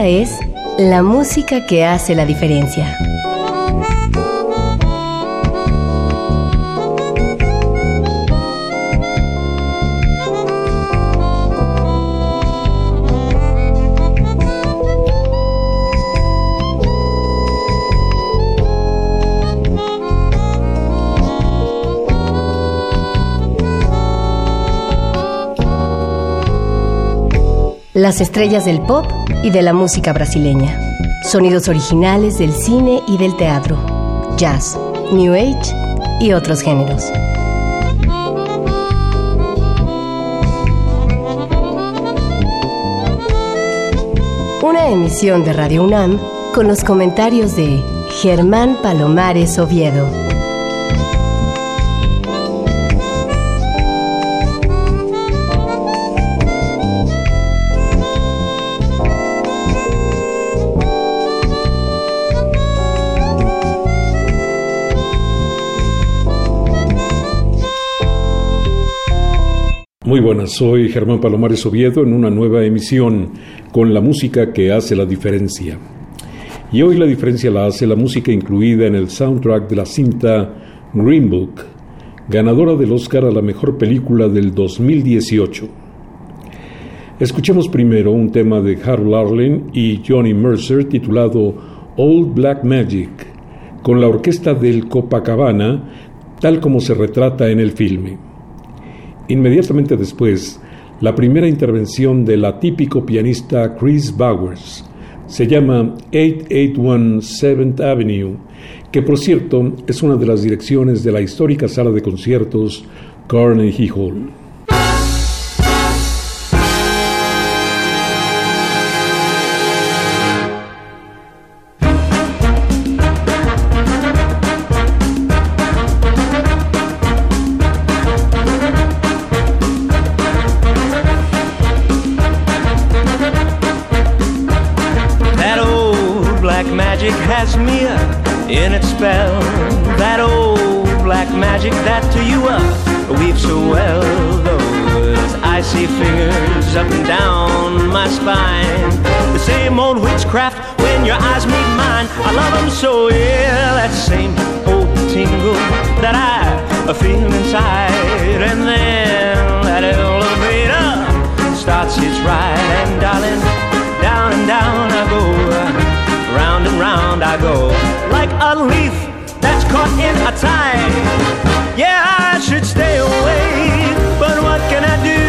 es la música que hace la diferencia. Las estrellas del pop y de la música brasileña. Sonidos originales del cine y del teatro. Jazz, New Age y otros géneros. Una emisión de Radio UNAM con los comentarios de Germán Palomares Oviedo. Muy buenas, soy Germán Palomares Oviedo en una nueva emisión con la música que hace la diferencia. Y hoy la diferencia la hace la música incluida en el soundtrack de la cinta Green Book, ganadora del Oscar a la mejor película del 2018. Escuchemos primero un tema de Harold Arlen y Johnny Mercer titulado Old Black Magic, con la orquesta del Copacabana, tal como se retrata en el filme. Inmediatamente después, la primera intervención del atípico pianista Chris Bowers. Se llama 881 7th Avenue, que por cierto es una de las direcciones de la histórica sala de conciertos Carnegie Hall. Has me in its spell. That old black magic that to you weaves so well. Those icy fingers up and down my spine. The same old witchcraft when your eyes meet mine. I love them so, yeah. That same old tingle that I feel inside. And then that elevator starts its ride. And darling, down and down I go. Round and round I go, like a leaf that's caught in a tide. Yeah, I should stay away, but what can I do?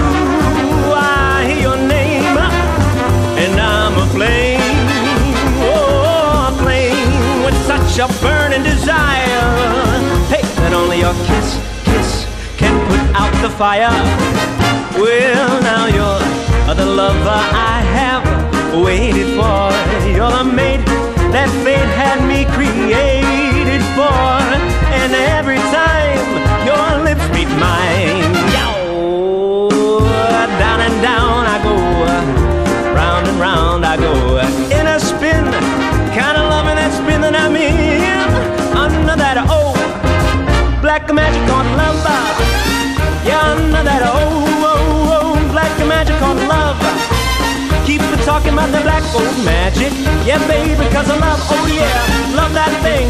I hear your name, and I'm aflame. Oh, aflame with such a burning desire. Hey, that only your kiss can put out the fire. Well, now you're the lover I have waited for. You're the mate that fate had me created for. And every time your lips meet mine, yo, down and down I go, round and round I go, in a spin, kind of loving that spin that I'm in, under that old black magic on love. Yeah, under that old black magic on love. Keep talking about the black old magic. Yeah, baby, because I love, oh yeah, love that thing.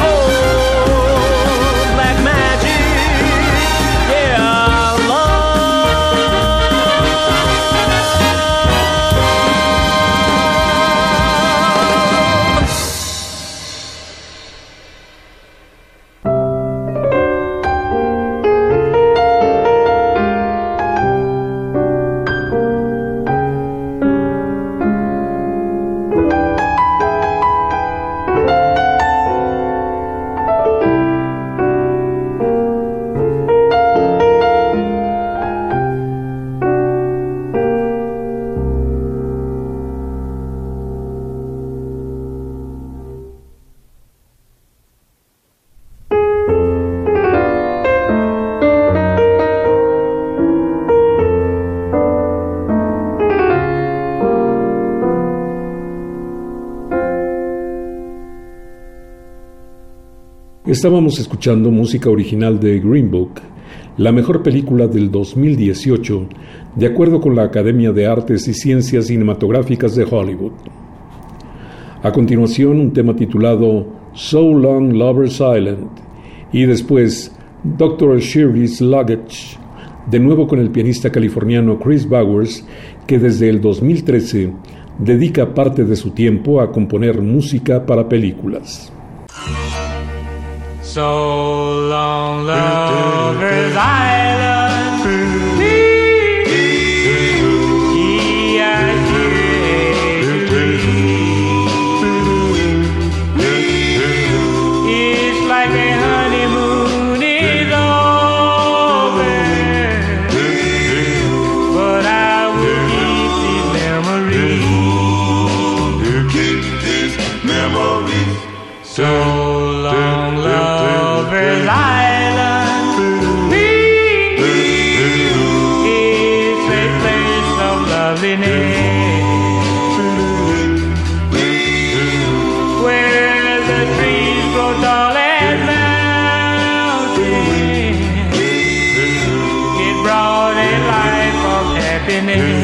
Oh, black magic. Yeah, love. Estábamos escuchando música original de Green Book, la mejor película del 2018, de acuerdo con la Academia de Artes y Ciencias Cinematográficas de Hollywood. A continuación, un tema titulado So Long Lover's Island, y después Dr. Shirley's Luggage, de nuevo con el pianista californiano Chris Bowers, que desde el 2013 dedica parte de su tiempo a componer música para películas. So long, lover's island, it's like a honeymoon is over, but I will keep these memories. So long, lover's island, it's a place of loveliness, where the trees grow tall as mountains. It brought a life of happiness.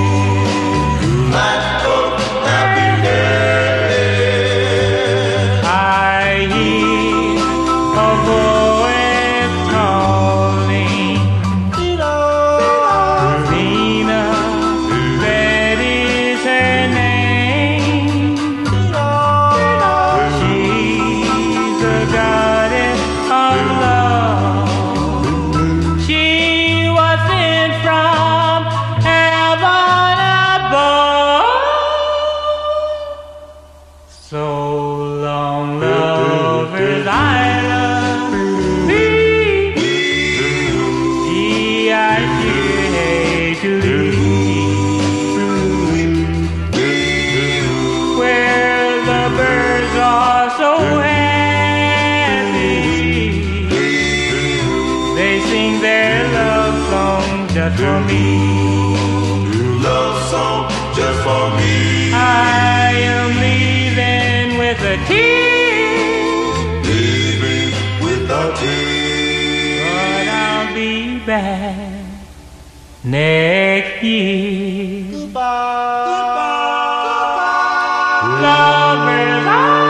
For me, love song just for me. I am leaving with a tear, leaving with a tear, but I'll be back next year. Goodbye, goodbye, lover's island.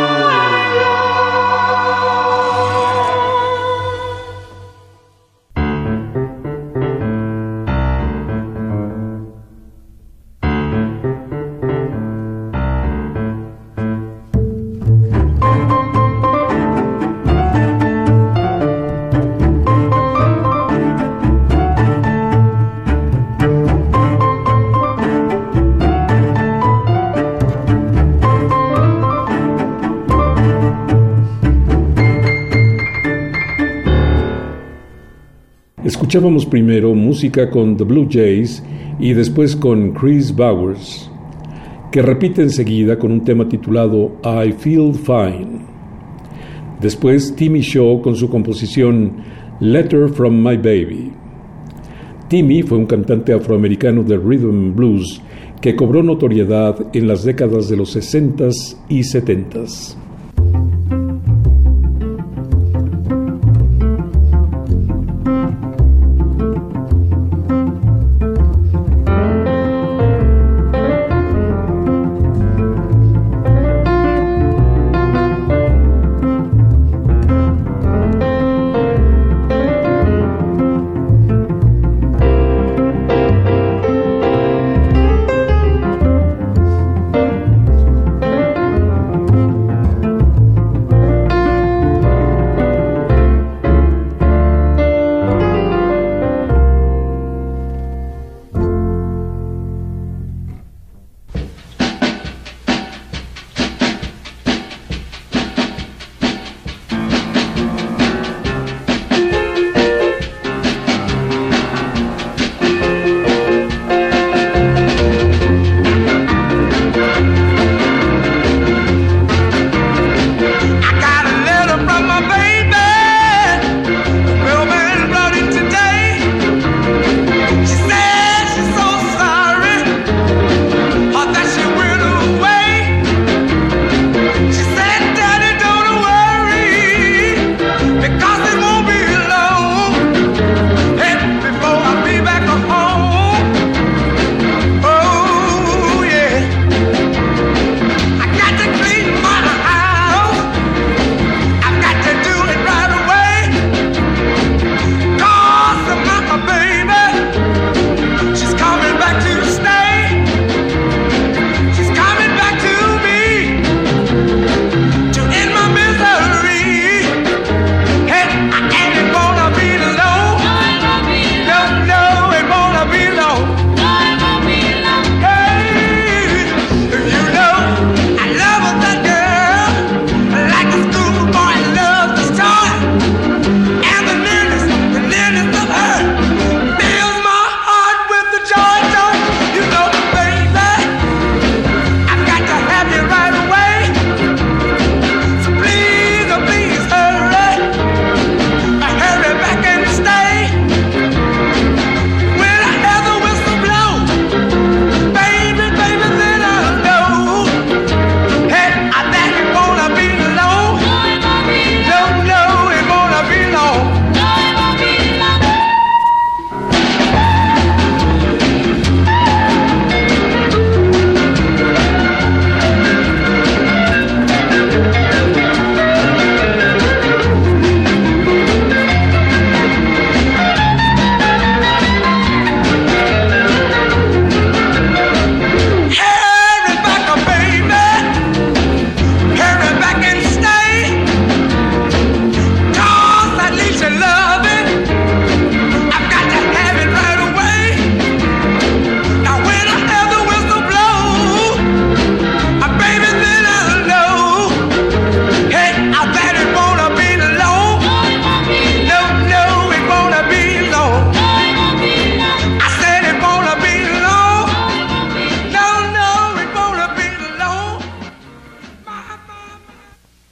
Escuchábamos primero música con The Blue Jays y después con Chris Bowers, que repite enseguida con un tema titulado I Feel Fine. Después Timmy Shaw con su composición Letter from My Baby. Timmy fue un cantante afroamericano de rhythm and blues que cobró notoriedad en las décadas de los 60s y 70s.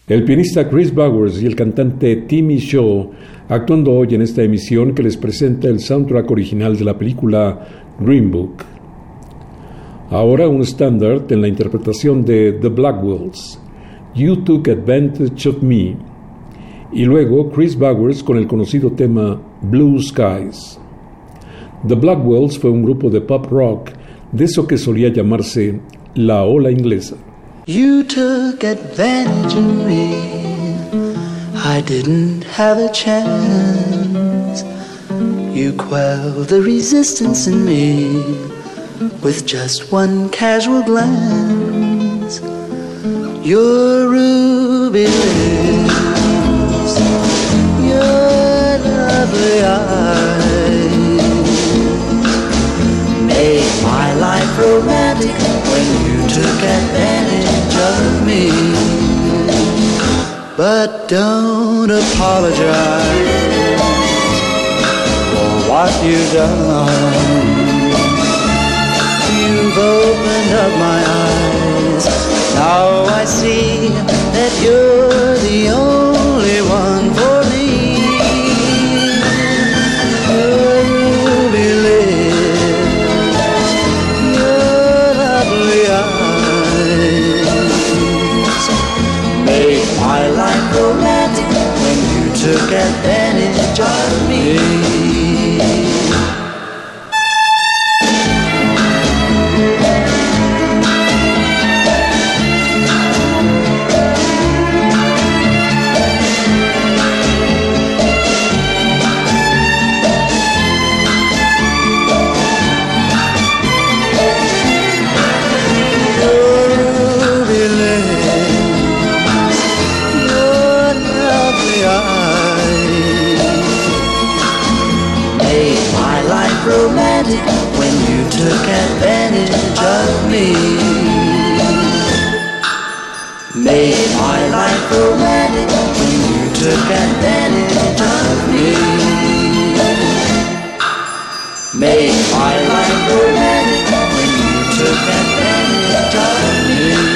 El pianista Chris Bowers y el cantante Timmy Shaw actuando hoy en esta emisión que les presenta el soundtrack original de la película Green Book. Ahora un estándar en la interpretación de The Blackwells, You Took Advantage of Me, y luego Chris Bowers con el conocido tema Blue Skies. The Blackwells fue un grupo de pop rock de eso que solía llamarse la ola inglesa. You took advantage of me, I didn't have a chance. You quelled the resistance in me with just one casual glance. Your ruby lips, your lovely eyes made my life romantic when you took advantage of me. But don't apologize for what you've done. You've opened up my eyes. Now I see that you're the only one for me. Your ruby lips, your lovely eyes made my life romantic when you took advantage of me. When you took advantage of me, made my life romantic when you took advantage of me, made my life romantic when you took advantage of me.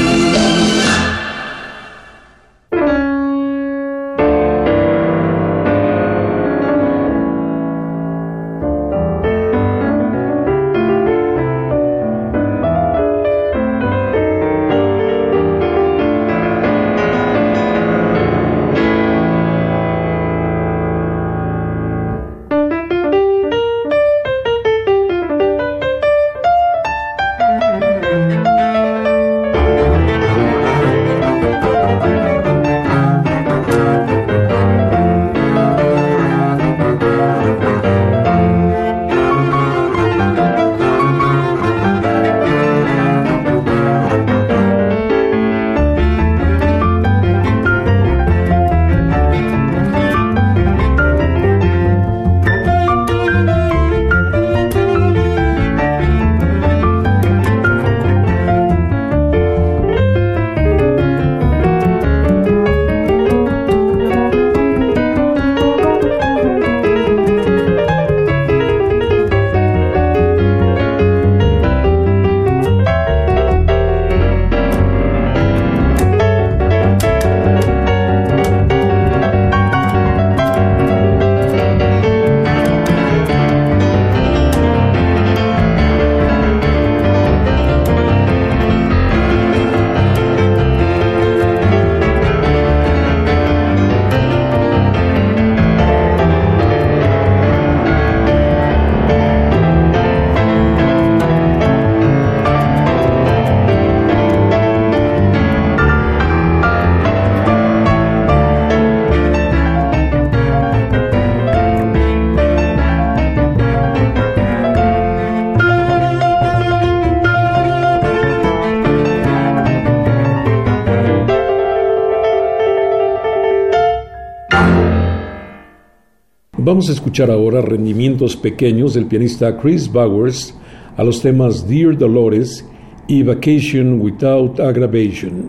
Vamos a escuchar ahora rendimientos pequeños del pianista Chris Bowers a los temas Dear Dolores y Vacation Without Aggravation.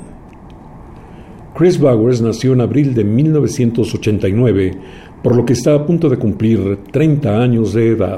Chris Bowers nació en abril de 1989, por lo que está a punto de cumplir 30 años de edad.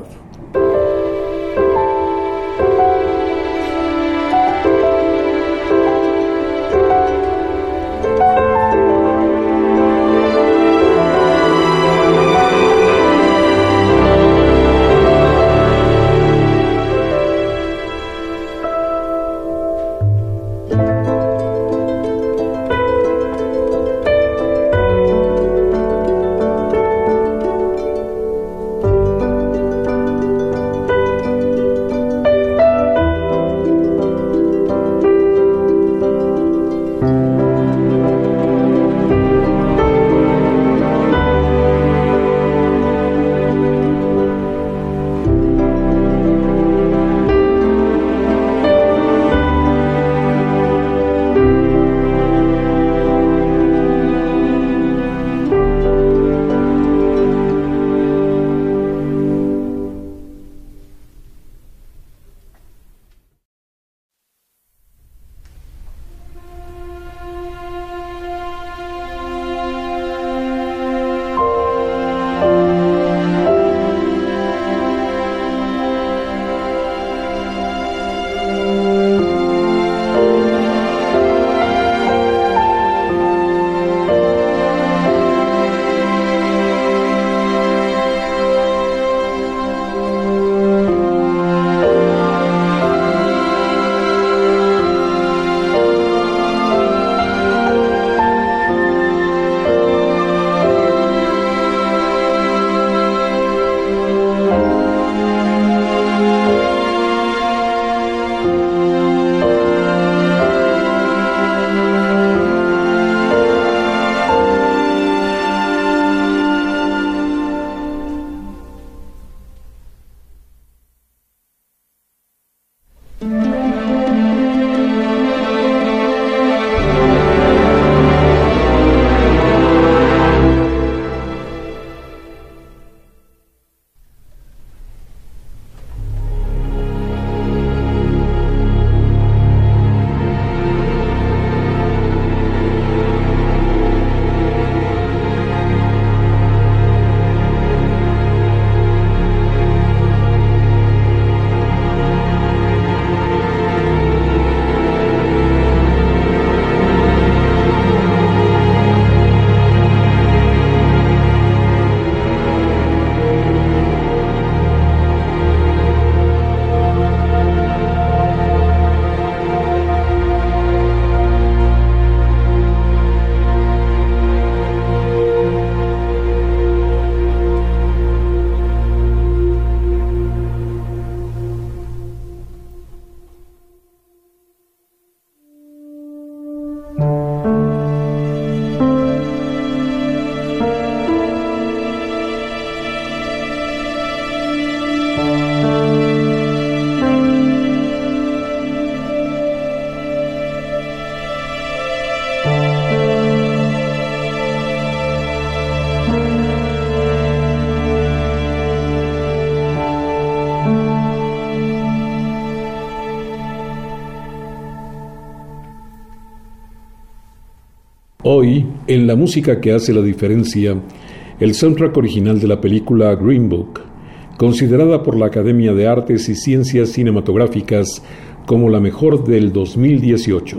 Hoy, en la música que hace la diferencia, el soundtrack original de la película Green Book, considerada por la Academia de Artes y Ciencias Cinematográficas como la mejor del 2018.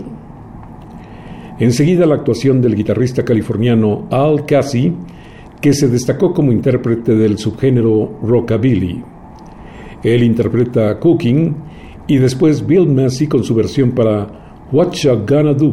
Enseguida la actuación del guitarrista californiano Al Casey, que se destacó como intérprete del subgénero rockabilly. Él interpreta Cooking y después Bill Massey con su versión para What Ya Gonna Do.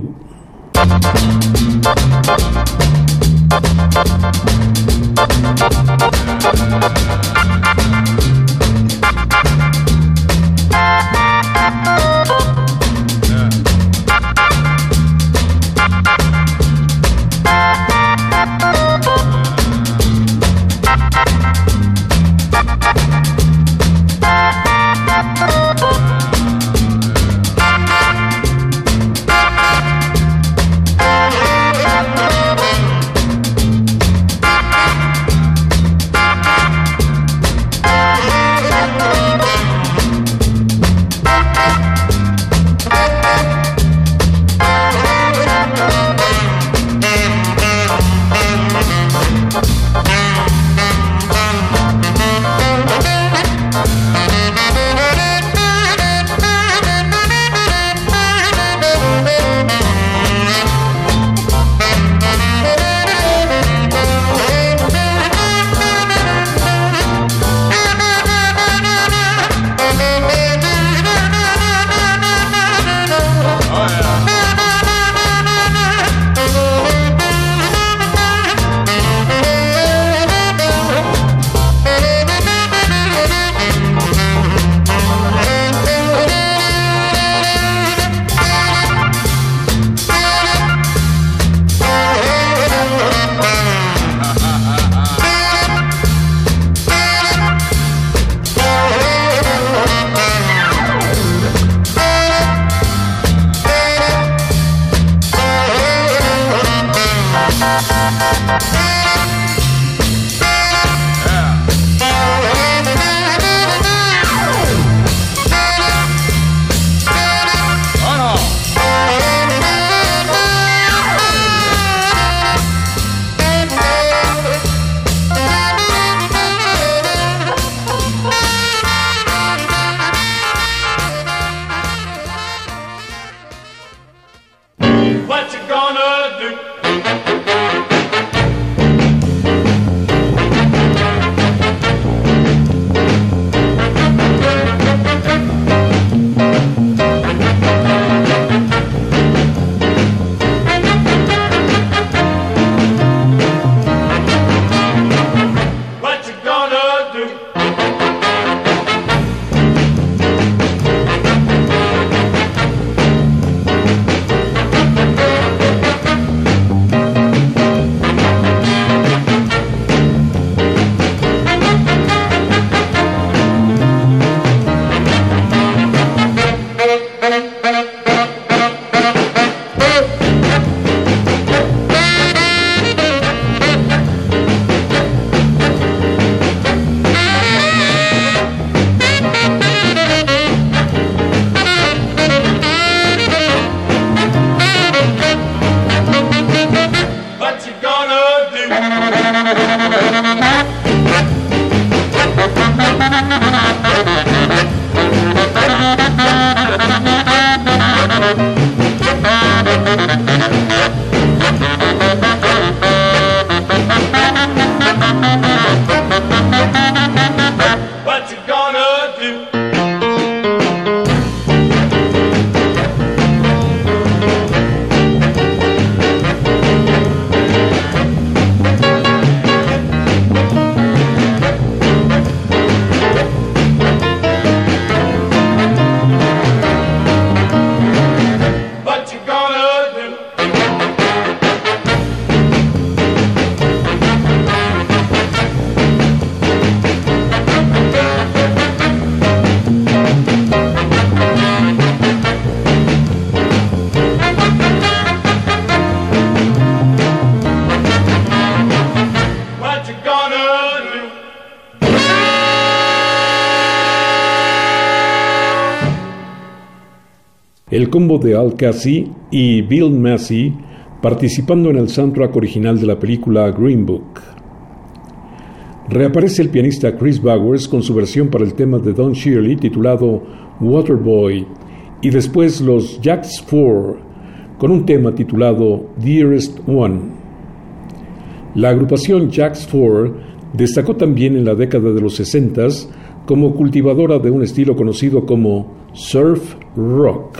El combo de Al Casey y Bill Massey participando en el soundtrack original de la película Green Book. Reaparece el pianista Chris Bowers con su versión para el tema de Don Shirley titulado Waterboy, y después los Jacks 4 con un tema titulado Dearest One. La agrupación Jacks 4 destacó también en la década de los 60s como cultivadora de un estilo conocido como surf rock.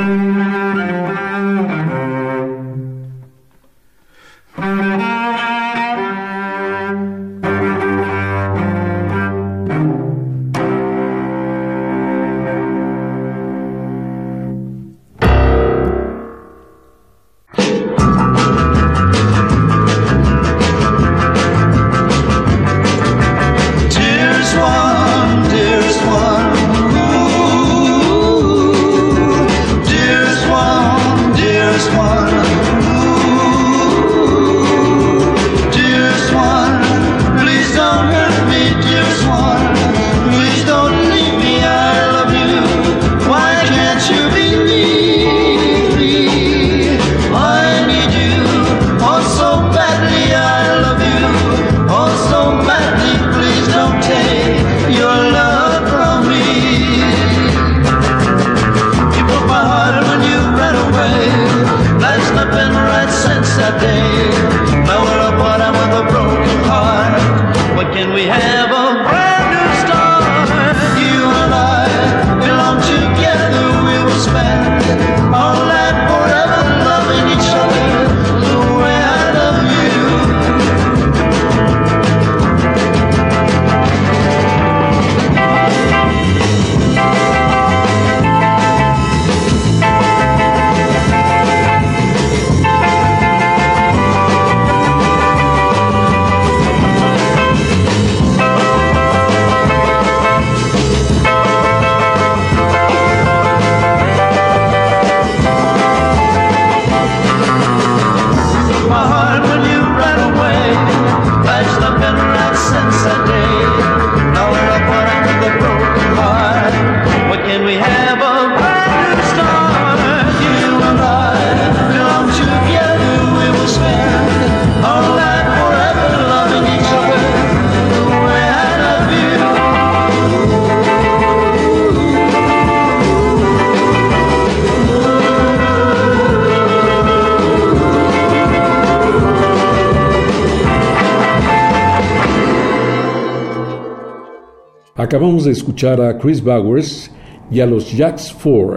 Acabamos de escuchar a Chris Bowers y a los Jacks 4,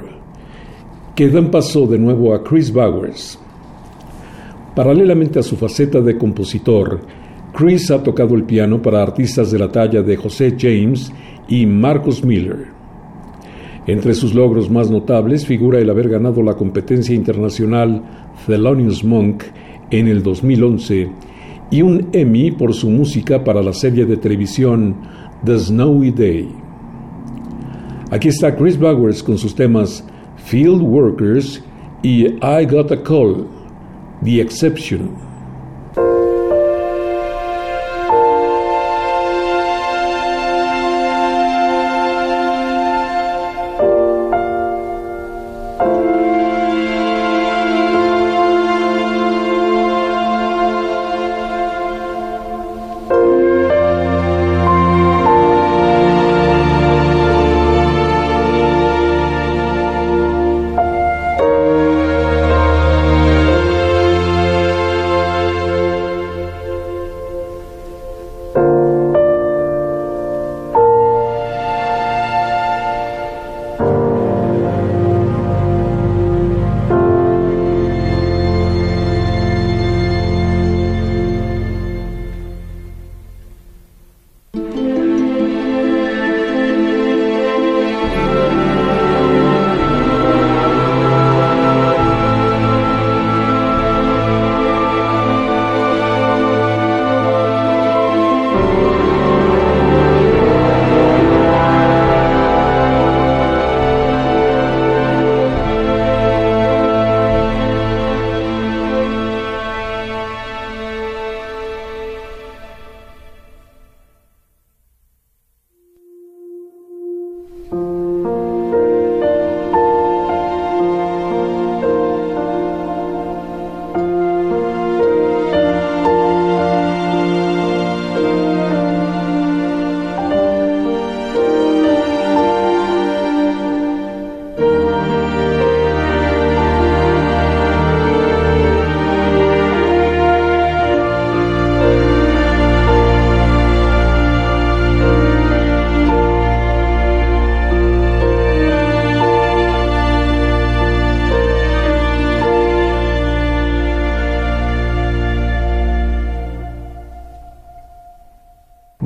que dan paso de nuevo a Chris Bowers. Paralelamente a su faceta de compositor, Chris ha tocado el piano para artistas de la talla de José James y Marcus Miller. Entre sus logros más notables figura el haber ganado la competencia internacional Thelonious Monk en el 2011 y un Emmy por su música para la serie de televisión The Snowy Day. Aquí está Chris Bowers con sus temas Field Workers y I Got a Call, The Exception.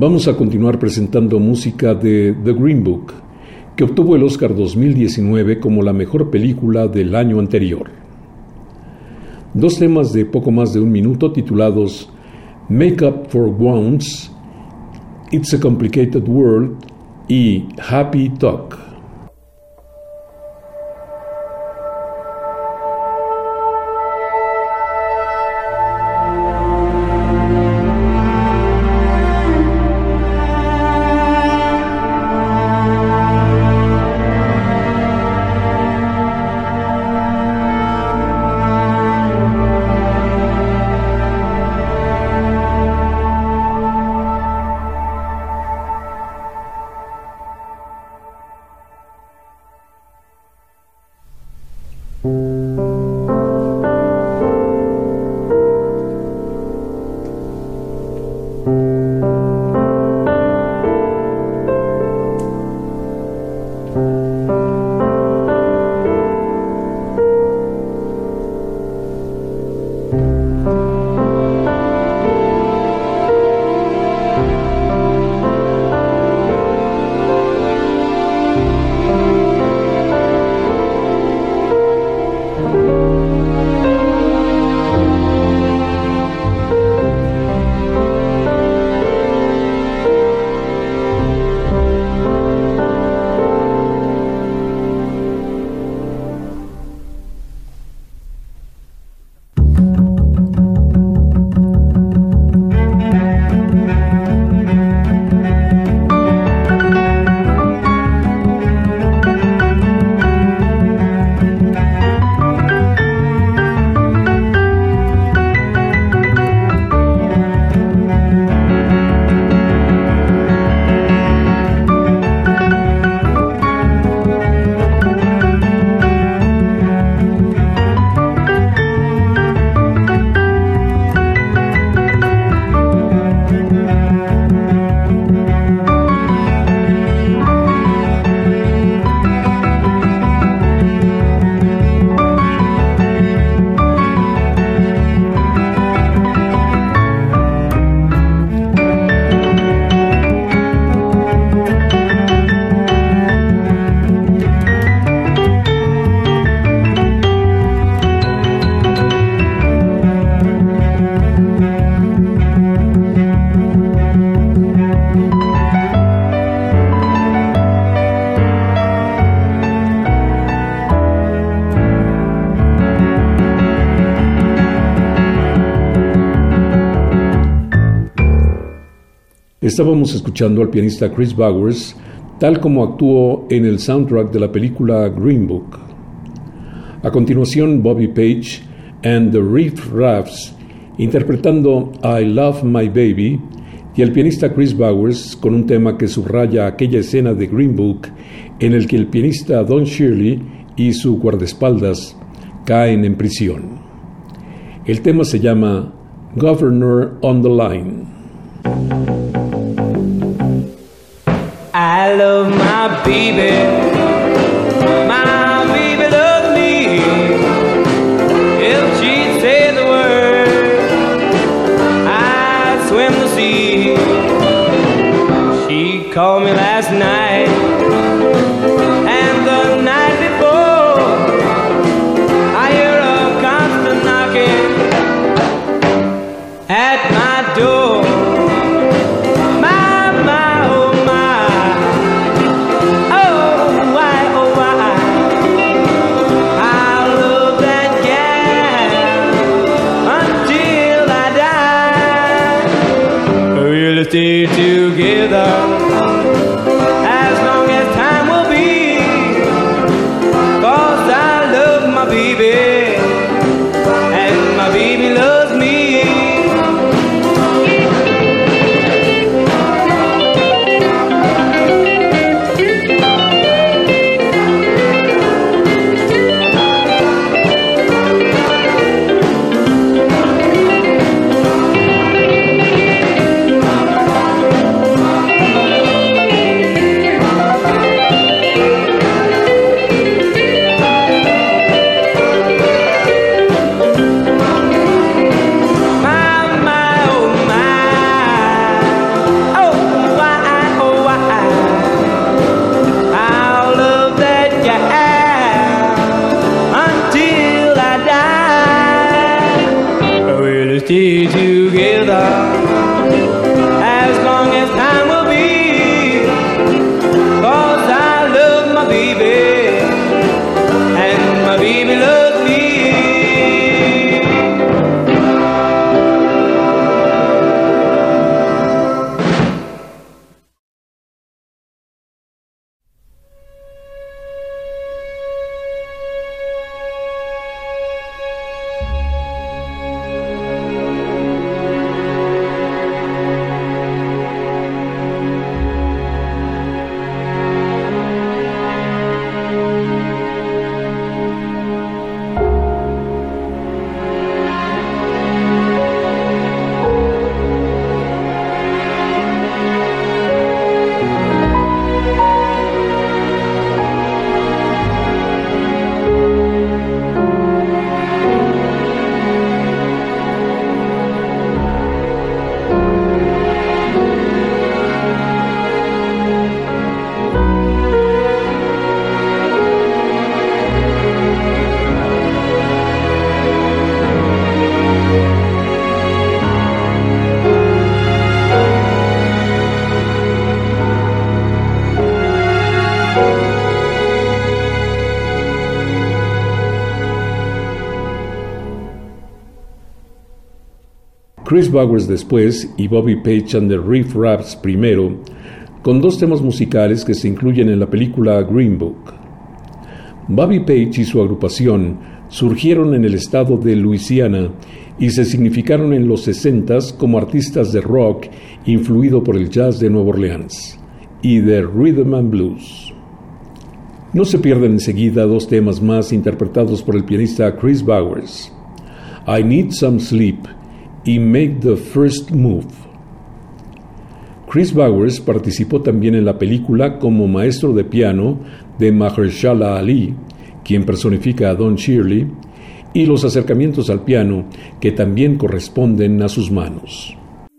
Vamos a continuar presentando música de The Green Book, que obtuvo el Oscar 2019 como la mejor película del año anterior. Dos temas de poco más de un minuto titulados Make Up for Wounds, It's a Complicated World y Happy Talk. Estábamos escuchando al pianista Chris Bowers, tal como actuó en el soundtrack de la película Green Book. A continuación, Bobby Page and the Riff Raffs interpretando I Love My Baby, y el pianista Chris Bowers con un tema que subraya aquella escena de Green Book en el que el pianista Don Shirley y su guardaespaldas caen en prisión. El tema se llama Governor on the Line. I love my baby, my baby loves me. If she'd say the word, I'd swim the sea. She called me last night and the night before. I hear a constant knocking at my door. Stay together as long as time will be, 'cause I love my baby and my baby loves me. stay together as long as time will be. 'Cause I love my baby and my baby loves me. Chris Bowers después y Bobby Page and the Riff Raps primero, con dos temas musicales que se incluyen en la película Green Book. Bobby Page y su agrupación surgieron en el estado de Luisiana y se significaron en los 60s como artistas de rock influido por el jazz de Nueva Orleans y de rhythm and blues. No se pierden enseguida dos temas más interpretados por el pianista Chris Bowers, I Need Some Sleep y Make the First Move. Chris Bowers participó también en la película como maestro de piano de Mahershala Ali, quien personifica a Don Shirley, y los acercamientos al piano que también corresponden a sus manos.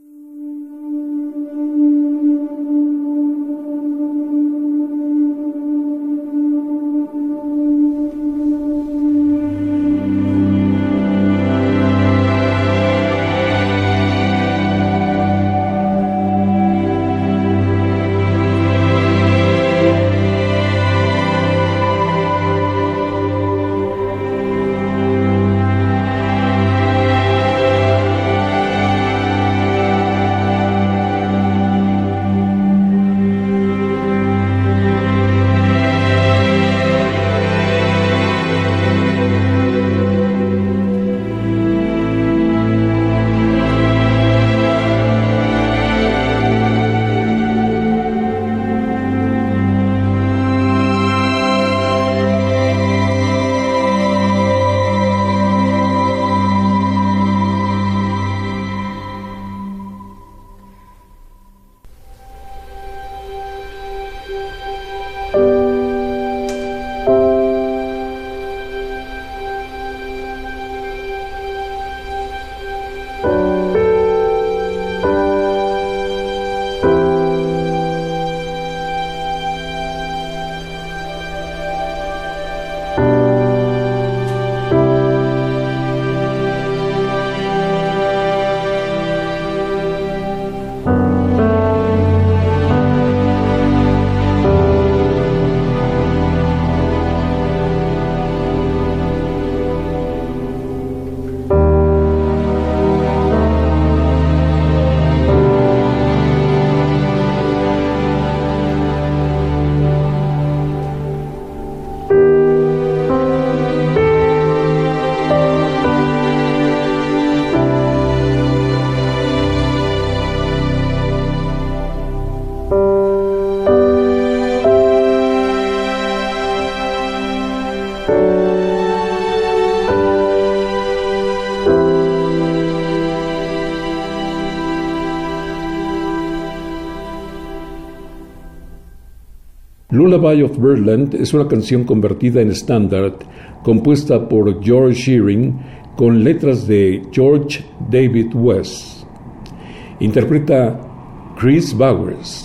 Lullaby of Birdland es una canción convertida en estándar, compuesta por George Shearing con letras de George David West. Interpreta Chris Bowers.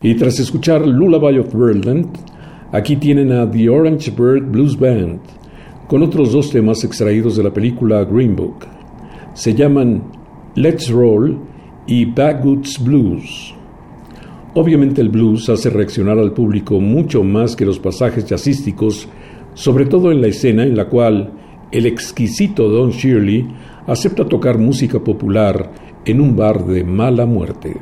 Y tras escuchar Lullaby of Birdland, aquí tienen a The Orange Bird Blues Band, con otros dos temas extraídos de la película Green Book. Se llaman Let's Roll y Backwoods Blues. Obviamente el blues hace reaccionar al público mucho más que los pasajes jazzísticos, sobre todo en la escena en la cual el exquisito Don Shirley acepta tocar música popular en un bar de mala muerte.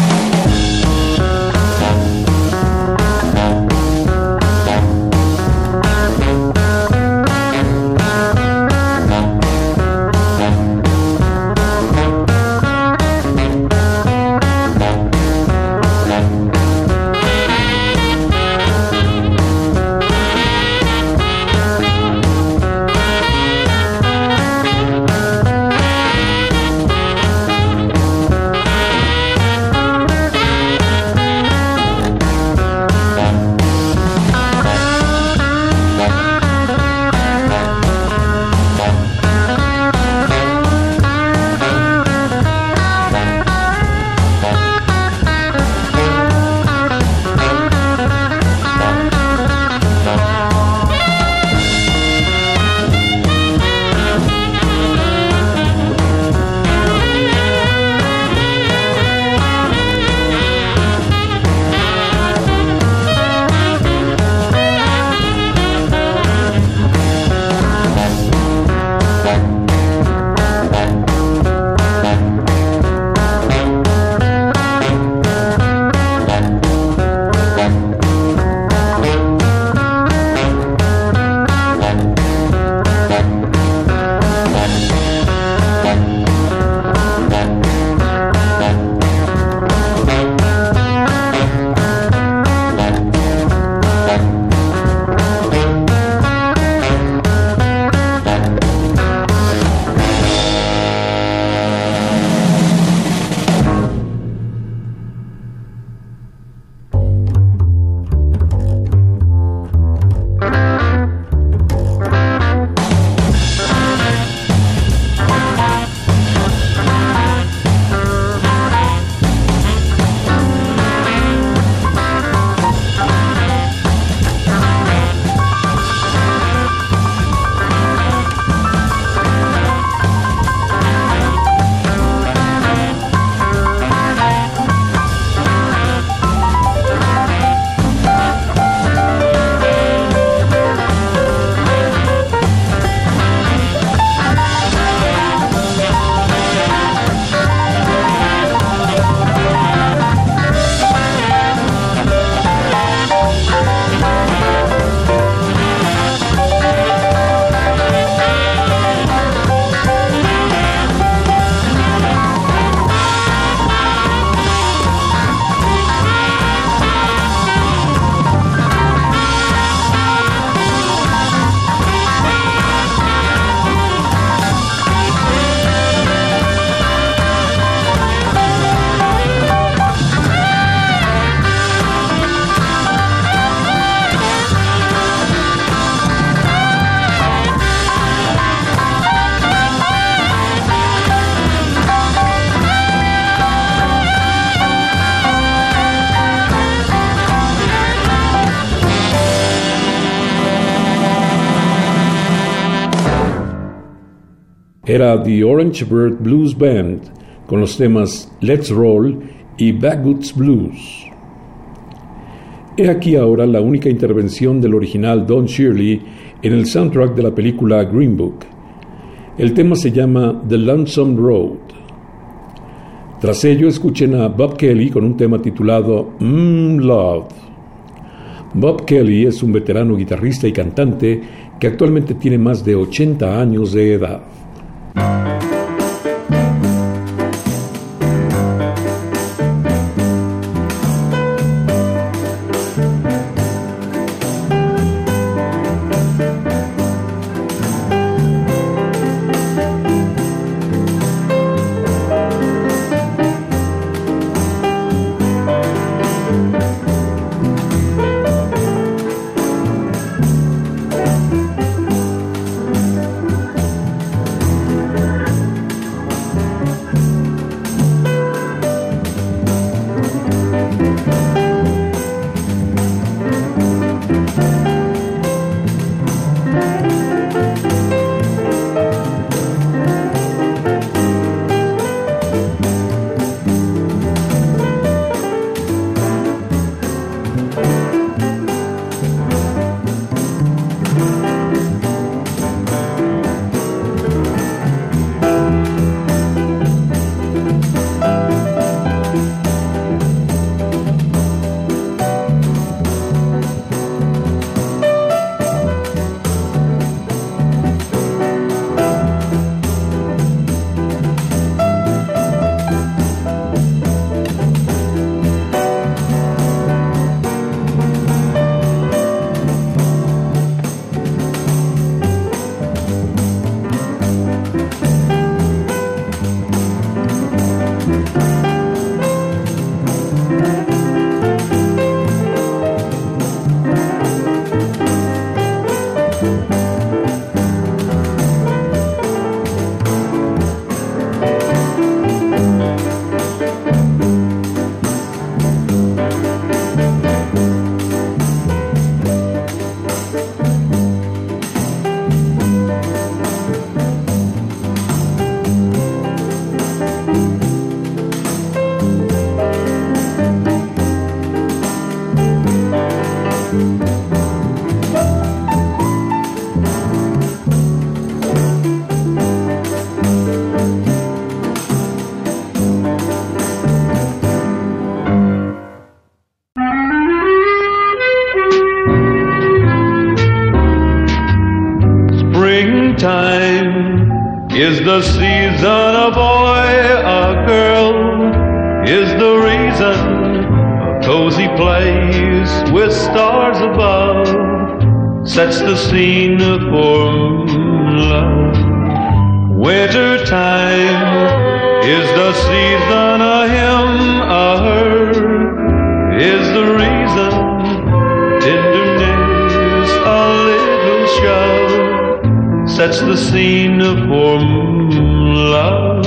Era The Orange Bird Blues Band con los temas Let's Roll y Backwoods Blues. He aquí ahora la única intervención del original Don Shirley en el soundtrack de la película Green Book. El tema se llama The Lonesome Road. Tras ello escuchen a Bob Kelly con un tema titulado Love. Bob Kelly es un veterano guitarrista y cantante que actualmente tiene más de 80 años de edad. the season, a boy, a girl is the reason. A cozy place with stars above sets the scene for love. Winter time is the season, a him, a her is the reason. Tenderness, a little shove sets the scene for love.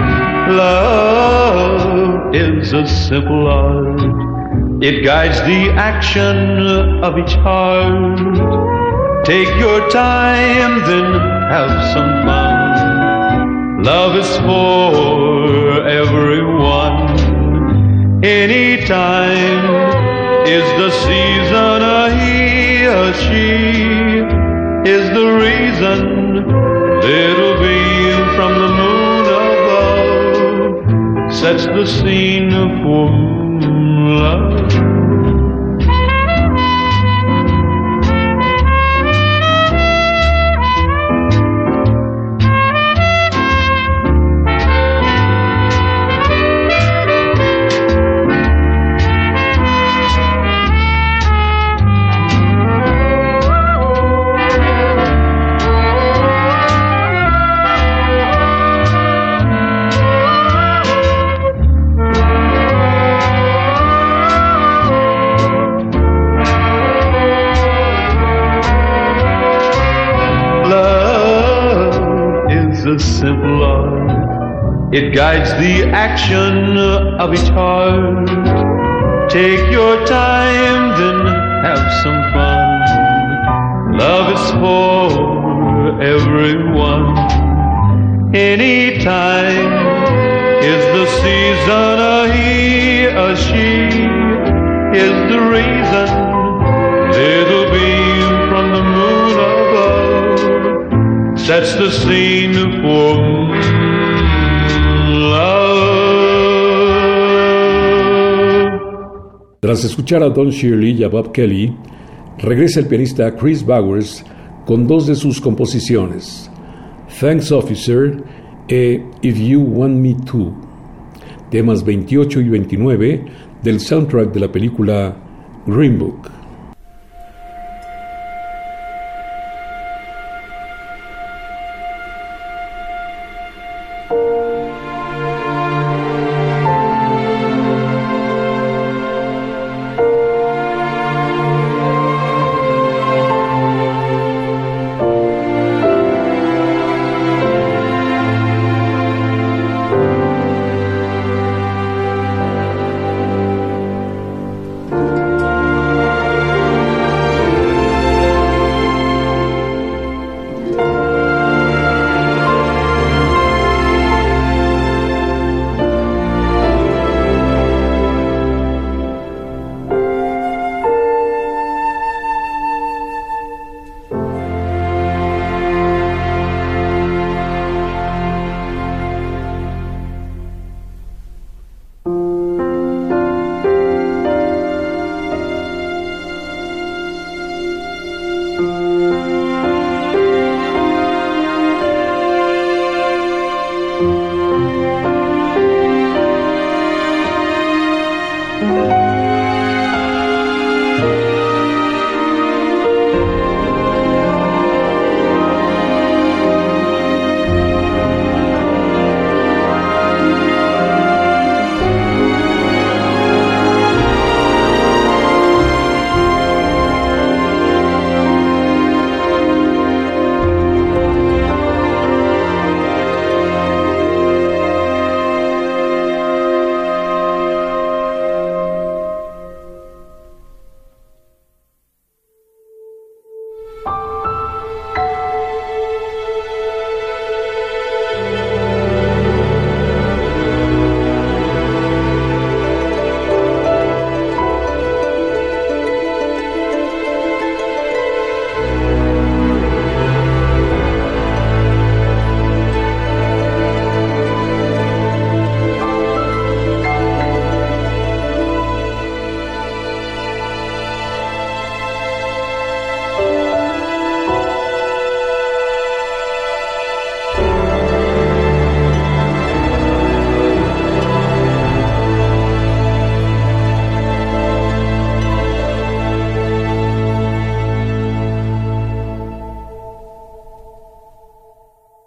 Love is a simple art. It guides the action of each heart. Take your time, then have some fun. Love is for everyone. Anytime is the season, a he, a she is the reason. Little beam from the moon above sets the scene for love. Simple art. It guides the action of each heart. Take your time, then have some fun. Love is for everyone. Anytime is the season, a he, a she is the reason. Little beam from the moon above sets the scene for love. Tras escuchar a Don Shirley y a Bob Kelly, regresa el pianista Chris Bowers con dos de sus composiciones, Thanks Officer e If You Want Me To, temas 28 y 29 del soundtrack de la película Green Book.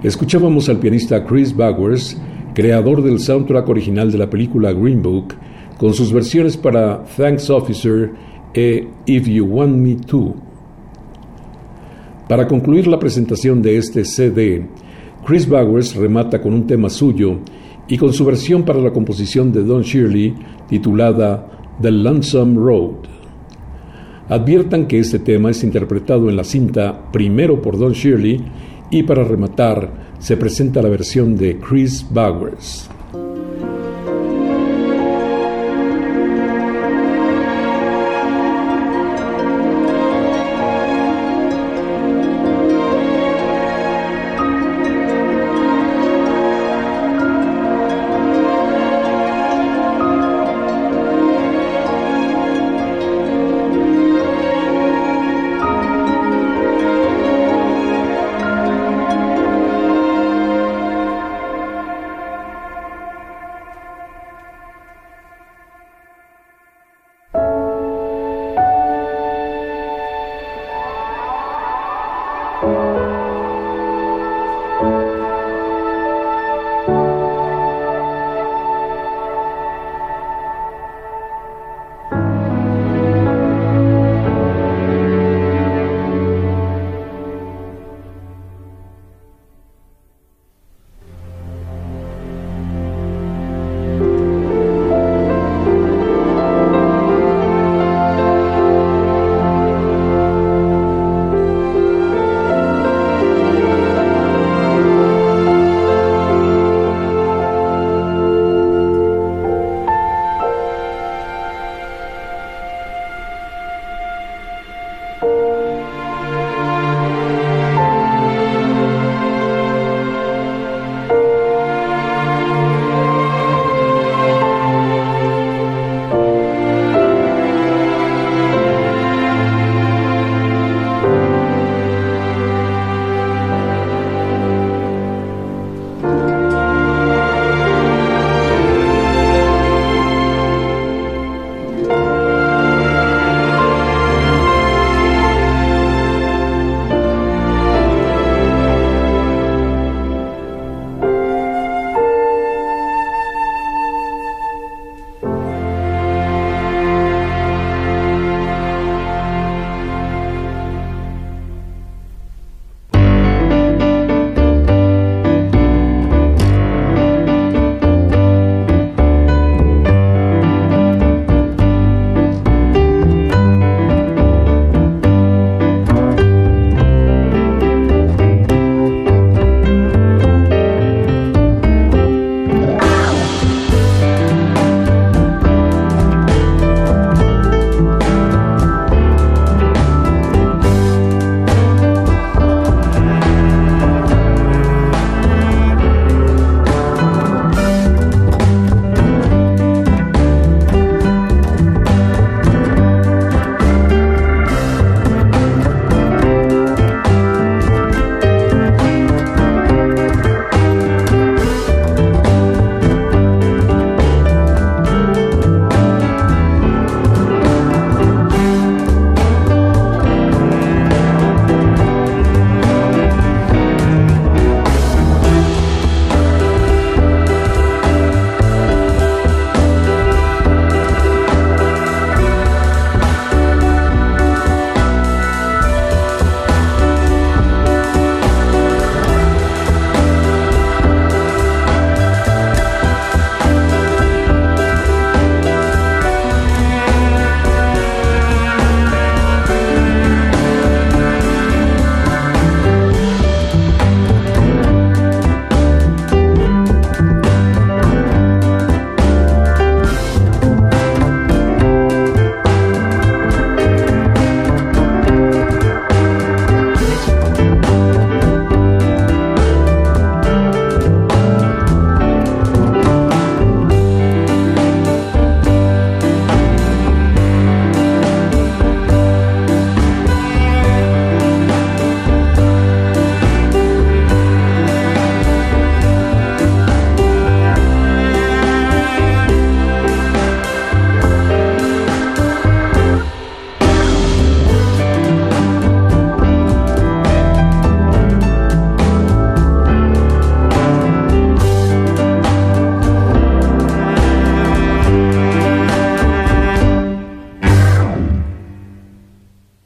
Escuchábamos al pianista Chris Bowers, creador del soundtrack original de la película Green Book, con sus versiones para Thanks Officer e If You Want Me To. Para concluir la presentación de este CD, Chris Bowers remata con un tema suyo y con su versión para la composición de Don Shirley titulada The Lonesome Road. Adviertan que este tema es interpretado en la cinta primero por Don Shirley y para rematar se presenta la versión de Chris Bowers.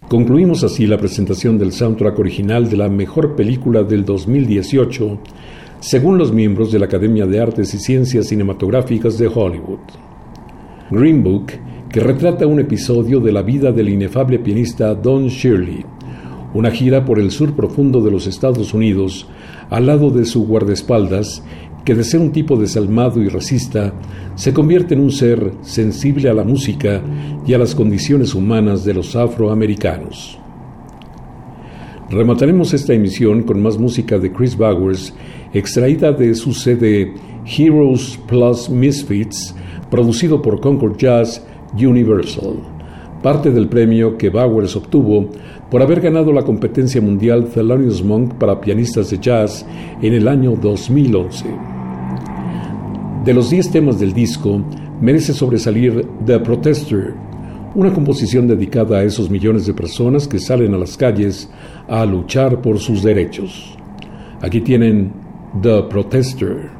Concluimos así la presentación del soundtrack original de la mejor película del 2018, según los miembros de la Academia de Artes y Ciencias Cinematográficas de Hollywood. Green Book, que retrata un episodio de la vida del inefable pianista Don Shirley, una gira por el sur profundo de los Estados Unidos, al lado de su guardaespaldas, que de ser un tipo desalmado y racista, se convierte en un ser sensible a la música y a las condiciones humanas de los afroamericanos. Remataremos esta emisión con más música de Chris Bowers, extraída de su CD Heroes Plus Misfits, producido por Concord Jazz Universal, parte del premio que Bowers obtuvo por haber ganado la competencia mundial Thelonious Monk para pianistas de jazz en el año 2011. De los 10 temas del disco, merece sobresalir The Protester, una composición dedicada a esos millones de personas que salen a las calles a luchar por sus derechos. Aquí tienen The Protester.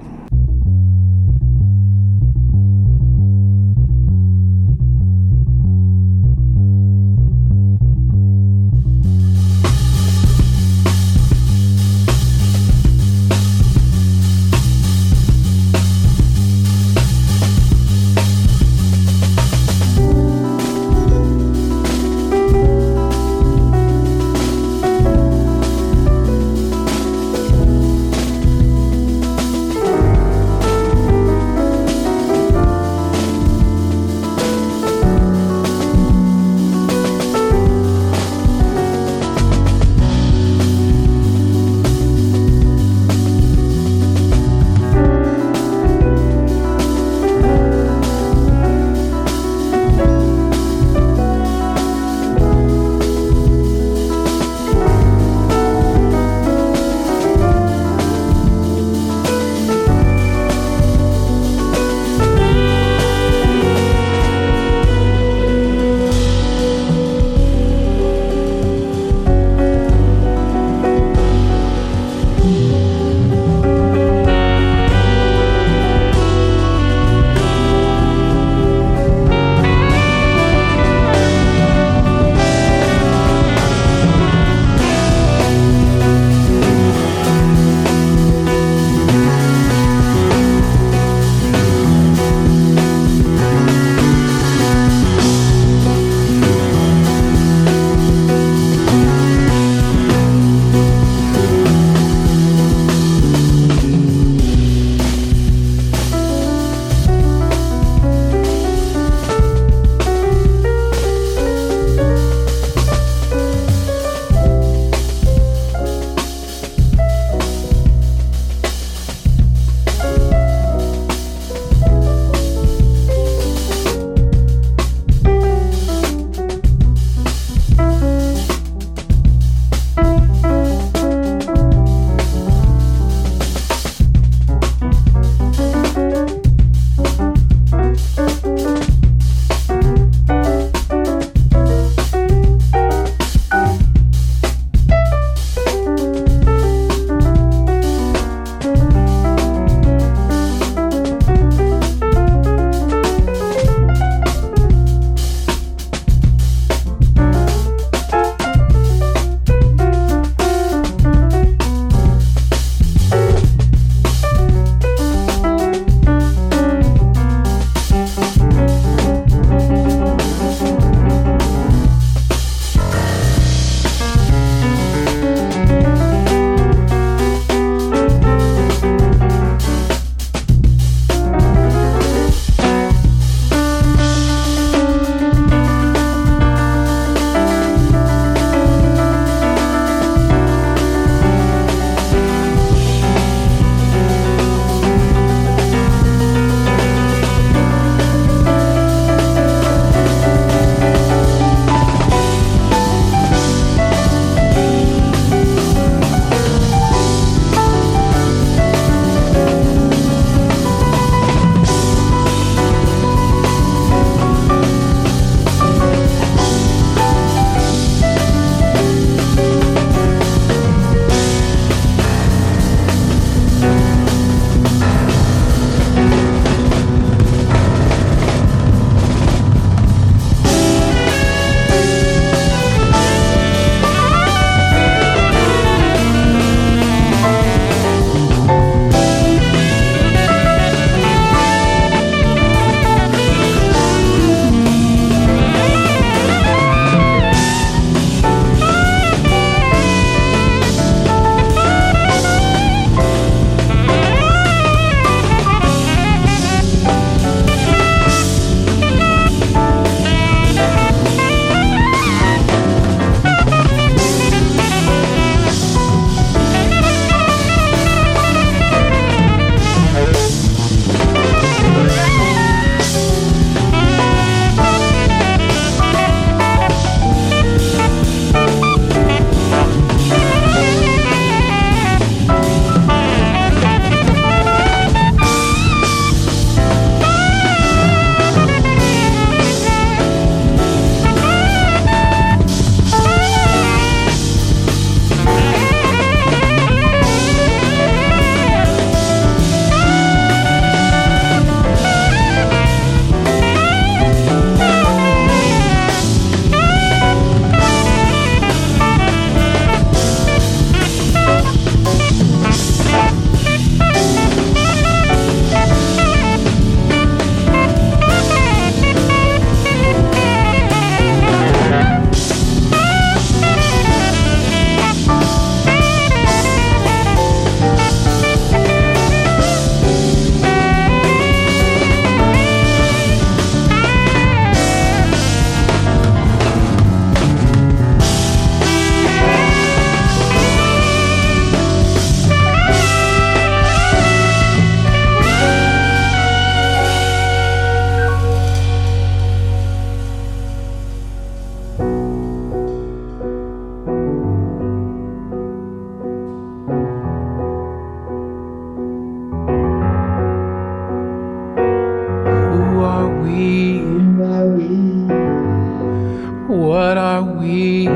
we?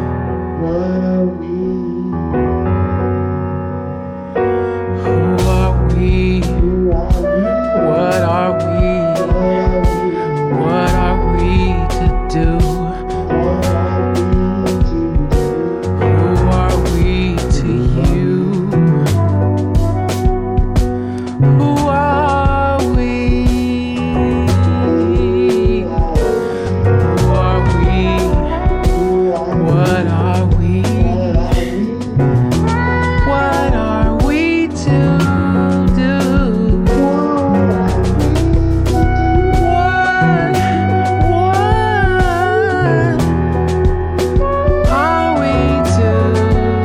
Who are we? What are we? What are we to do? Who are we to you? Who are we? Who are we? What are we? What are we to do? What are we to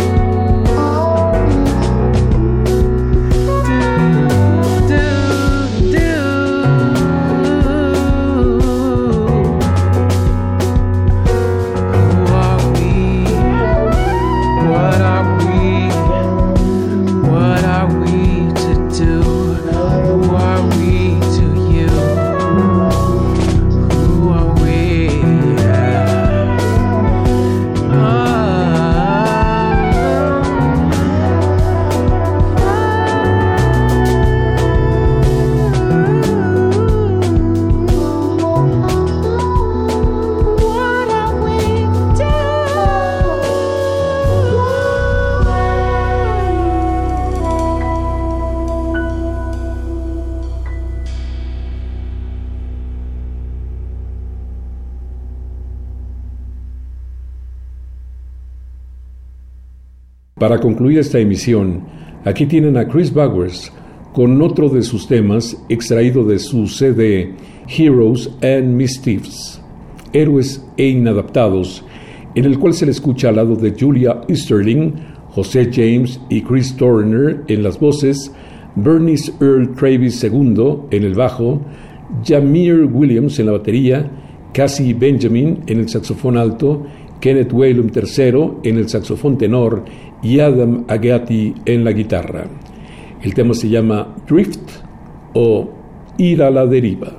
Who are we? What are we? What are we to do? Who are we to you? Who are we? What are we to Para concluir esta emisión, aquí tienen a Chris Bowers con otro de sus temas extraído de su CD Heroes and Mischiefs, Héroes e Inadaptados, en el cual se le escucha al lado de Julia Easterling, José James y Chris Turner en las voces, Bernice Earl Travis II en el bajo, Jameer Williams en la batería, Cassie Benjamin en el saxofón alto, Kenneth Whalum III en el saxofón tenor y Adam Agati en la guitarra. El tema se llama Drift o Ir a la deriva.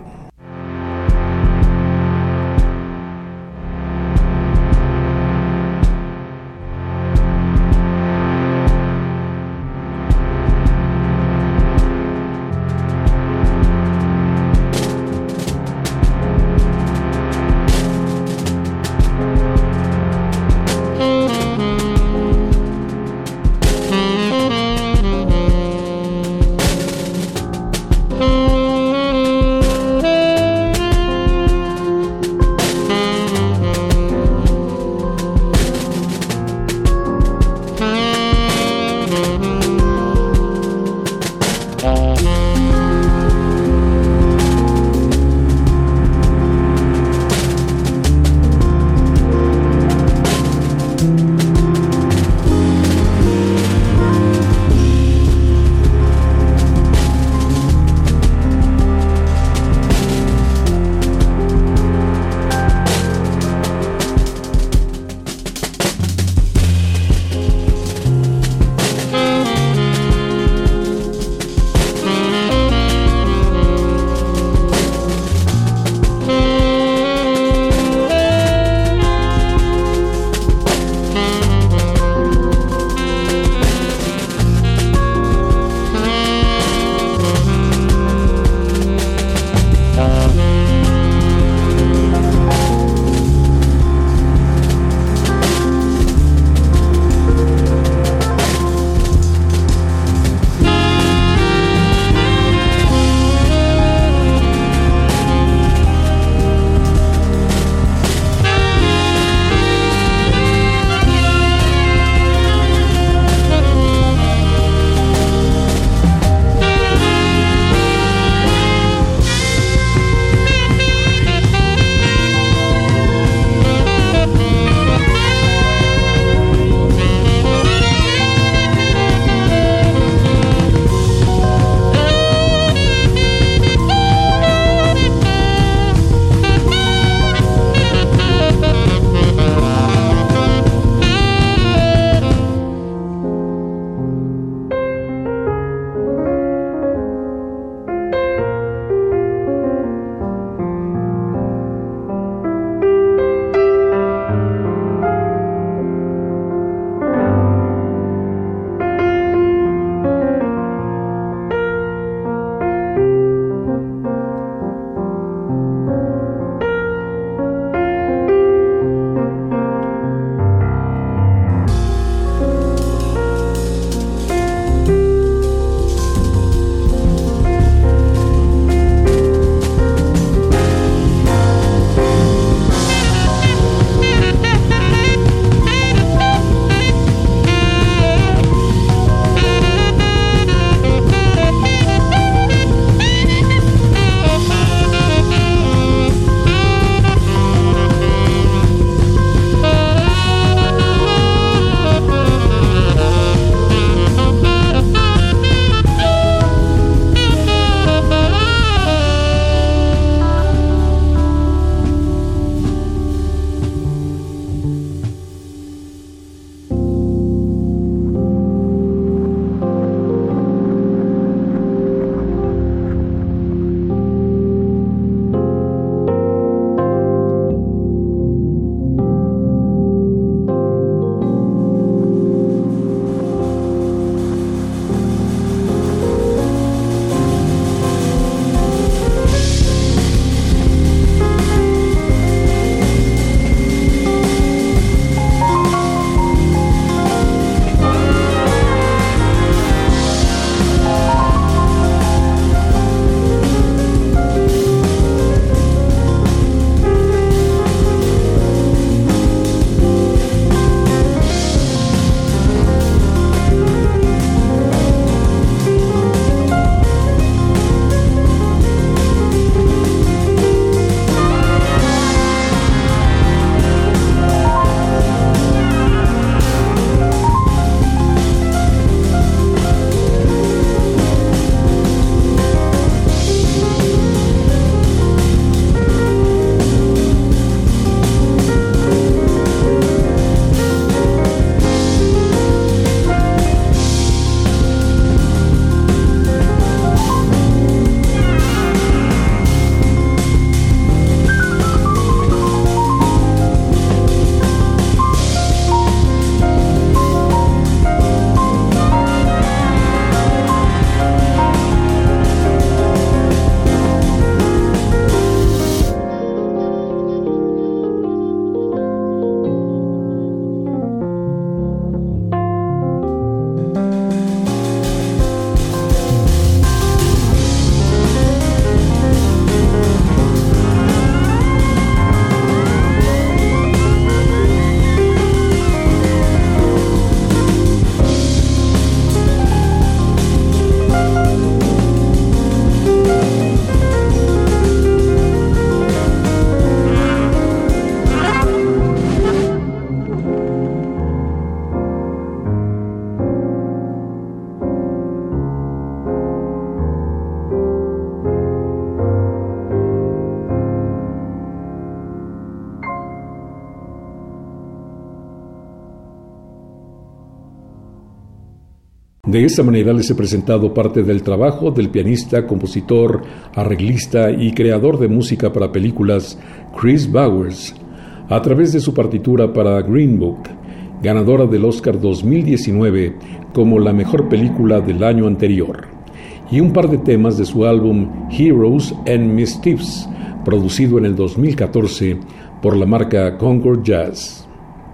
De esta manera les he presentado parte del trabajo del pianista, compositor, arreglista y creador de música para películas Chris Bowers, a través de su partitura para Green Book, ganadora del Oscar 2019 como la mejor película del año anterior, y un par de temas de su álbum Heroes and Mischiefs, producido en el 2014 por la marca Concord Jazz.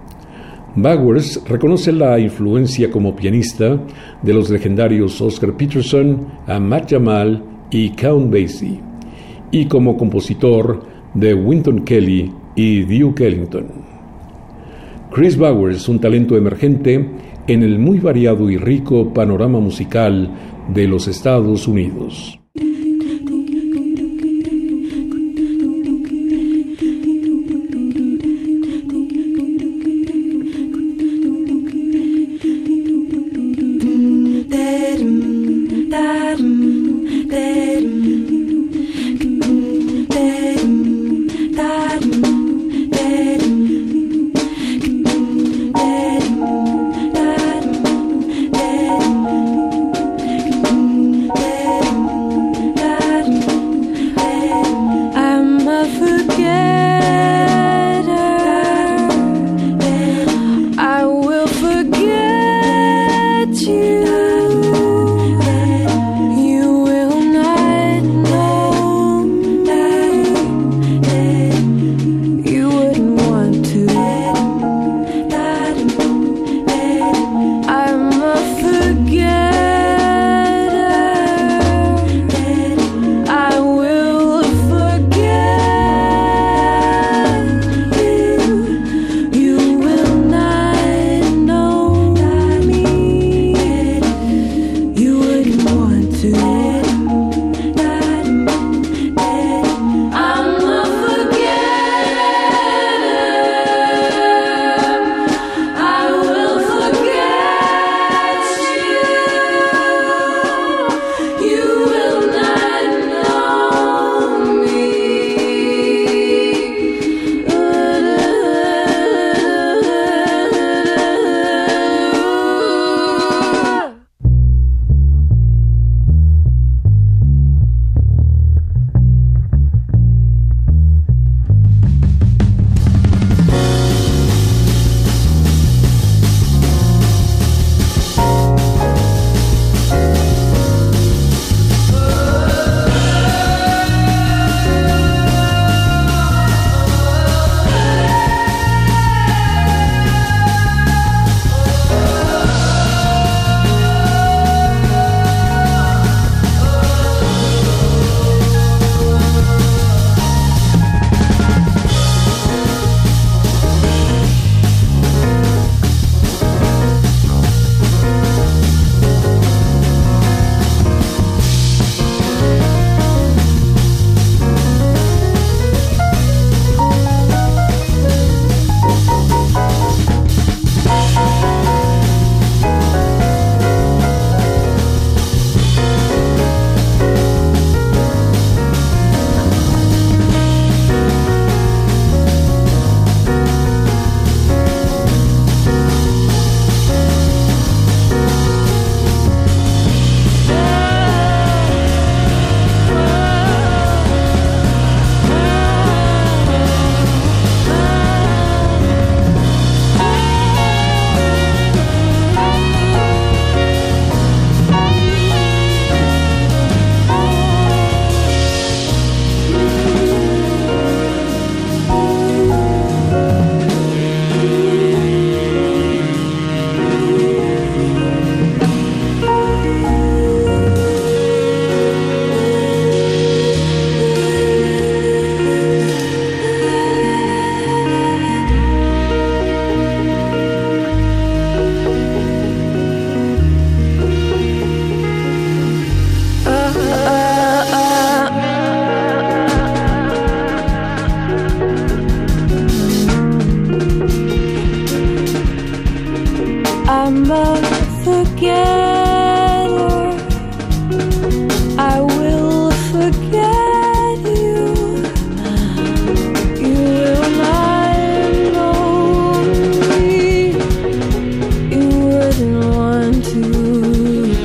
Bowers reconoce la influencia como pianista de los legendarios Oscar Peterson, Ahmad Jamal y Count Basie, y como compositor de Wynton Kelly y Duke Ellington. Chris Bowers, un talento emergente en el muy variado y rico panorama musical de los Estados Unidos. To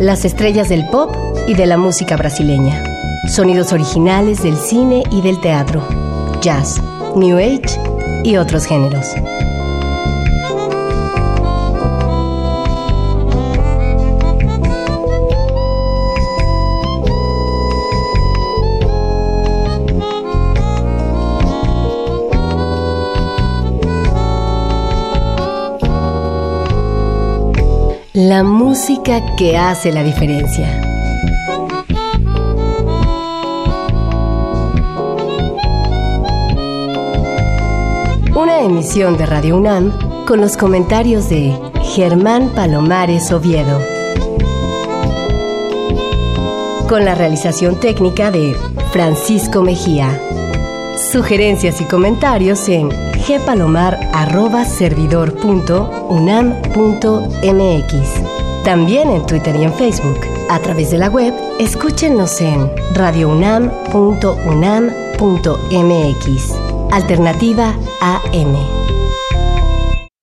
Las estrellas del pop y de la música brasileña. Sonidos originales del cine y del teatro. Jazz, New Age y otros géneros. La música que hace la diferencia. Una emisión de Radio UNAM con los comentarios de Germán Palomares Oviedo. Con la realización técnica de Francisco Mejía. Sugerencias y comentarios en gpalomar@servidor.unam.mx. También en Twitter y en Facebook. A través de la web, escúchenos en radiounam.unam.mx. Alternativa AM.